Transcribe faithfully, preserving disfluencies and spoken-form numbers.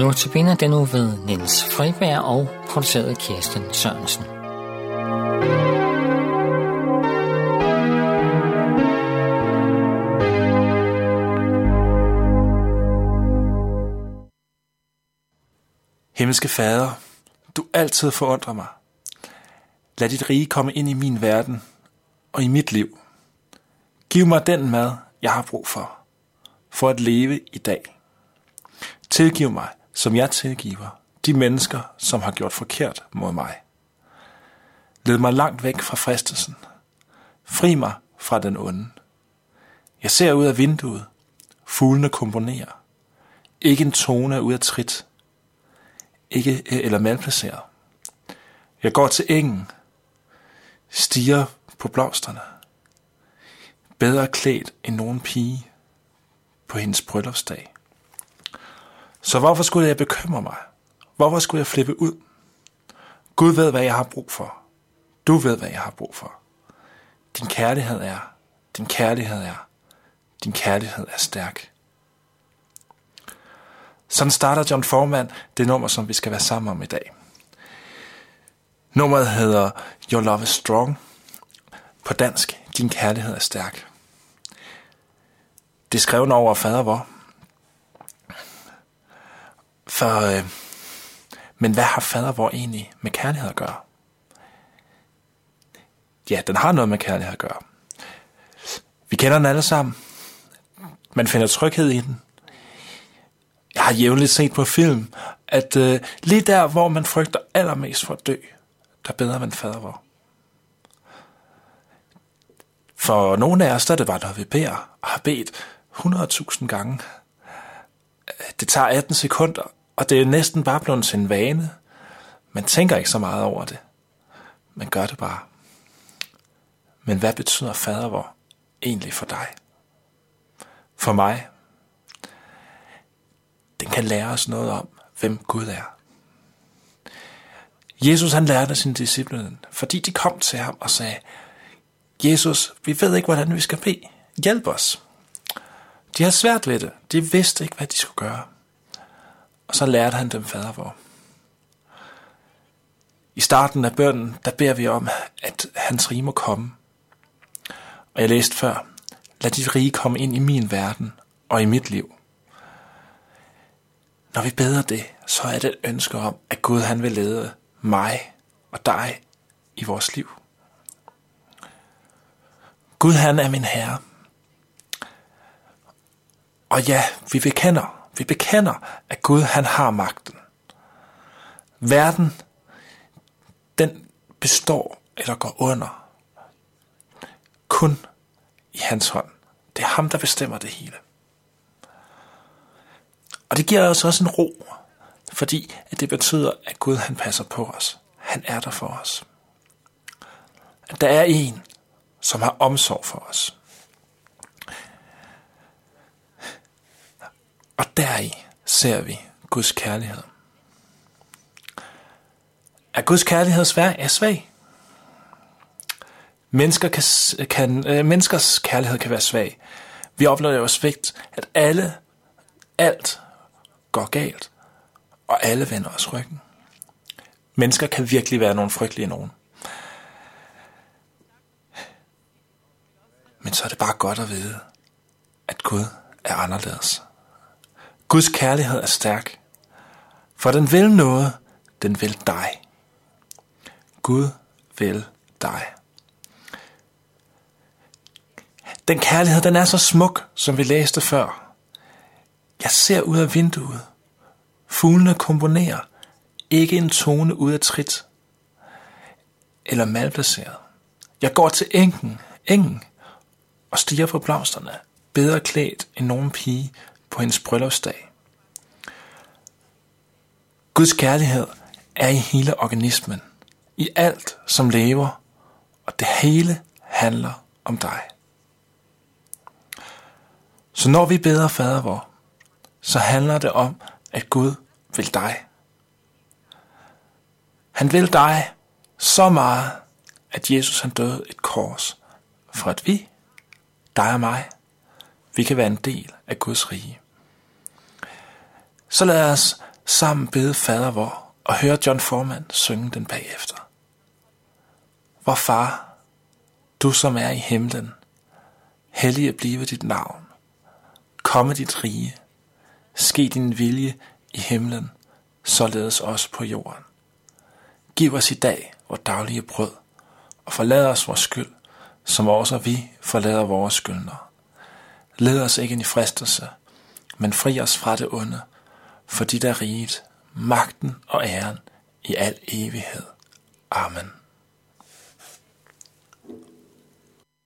Notabene den nu ved Niels Friberg og produceret Kirsten Sørensen. Himmelske Fader, du altid forundrer mig. Lad dit rige komme ind i min verden og i mit liv. Giv mig den mad, jeg har brug for, for at leve i dag. Tilgiv mig, som jeg tilgiver de mennesker, som har gjort forkert mod mig. Led mig langt væk fra fristelsen. Fri mig fra den onde. Jeg ser ud af vinduet. Fuglene komponerer. Ikke en tone er ud af trit. Ikke eller malplaceret. Jeg går til engen. Stiger på blomsterne. Bedre klædt end nogen pige på hendes bryllupsdag. Så hvorfor skulle jeg bekymre mig? Hvorfor skulle jeg flippe ud? Gud ved, hvad jeg har brug for. Du ved, hvad jeg har brug for. Din kærlighed er, din kærlighed er, din kærlighed er stærk. Sådan starter John Foreman det nummer, som vi skal være sammen om i dag. Nummeret hedder Your Love is Strong. På dansk, din kærlighed er stærk. Det er skrevet over fader vor. For, øh, men hvad har fader vor egentlig med kærlighed at gøre? Ja, den har noget med kærlighed at gøre. Vi kender den alle sammen. Man finder tryghed i den. Jeg har jævnligt set på film, at øh, lige der, hvor man frygter allermest for at dø, der beder man fader vor. For nogle af os, der er det bare, når vi beder, og har bedt hundrede tusind gange. Det tager atten sekunder, og det er næsten bare blevet til en vane. Man tænker ikke så meget over det. Man gør det bare. Men hvad betyder fader vor egentlig for dig? For mig? Den kan lære os noget om, hvem Gud er. Jesus han lærte sine disciple, fordi de kom til ham og sagde, Jesus, vi ved ikke, hvordan vi skal bede. Hjælp os. De har svært ved det. De vidste ikke, hvad de skulle gøre. Og så lærte han dem fader vor. I starten af bønnen, der beder vi om, at hans rige må komme. Og jeg læste før, lad dit rige komme ind i min verden og i mit liv. Når vi beder det, så er det et ønske om, at Gud han vil lede mig og dig i vores liv. Gud han er min Herre. Og ja, vi bekender, vi bekender, at Gud han har magten. Verden, den består eller går under. Kun i hans hånd. Det er ham, der bestemmer det hele. Og det giver os også en ro, fordi at det betyder, at Gud han passer på os. Han er der for os. At der er en, som har omsorg for os. Og deri ser vi Guds kærlighed. Er Guds kærlighed svag? Er svag? Mennesker kan, kan, øh, menneskers kærlighed kan være svag. Vi oplever jo svigt, at alle, alt går galt, og alle vender os ryggen. Mennesker kan virkelig være nogle frygtelige nogen. Men så er det bare godt at vide, at Gud er anderledes. Guds kærlighed er stærk, for den vil noget, den vil dig. Gud vil dig. Den kærlighed, den er så smuk, som vi læste før. Jeg ser ud af vinduet. Fuglene komponerer. Ikke en tone ud af trit. Eller malplaceret. Jeg går til engen, engen og stiger på blomsterne. Bedre klædt end nogen pige på hendes bryllupsdag. Guds kærlighed er i hele organismen. I alt, som lever. Og det hele handler om dig. Så når vi beder fader vor, så handler det om, at Gud vil dig. Han vil dig så meget, at Jesus han døde et kors, for at vi, dig og mig, vi kan være en del af Guds rige. Så lad os sammen bede fader vor og høre John Foreman synge den bagefter. Vor far, du som er i himlen, hellige blive dit navn. Komme dit rige, ske din vilje i himlen, således også på jorden. Giv os i dag vores daglige brød, og forlad os vores skyld, som også vi forlader vores skyldnere. Led os ikke ind i fristelse, men fri os fra det onde, for dit er riget, magten og æren i al evighed. Amen.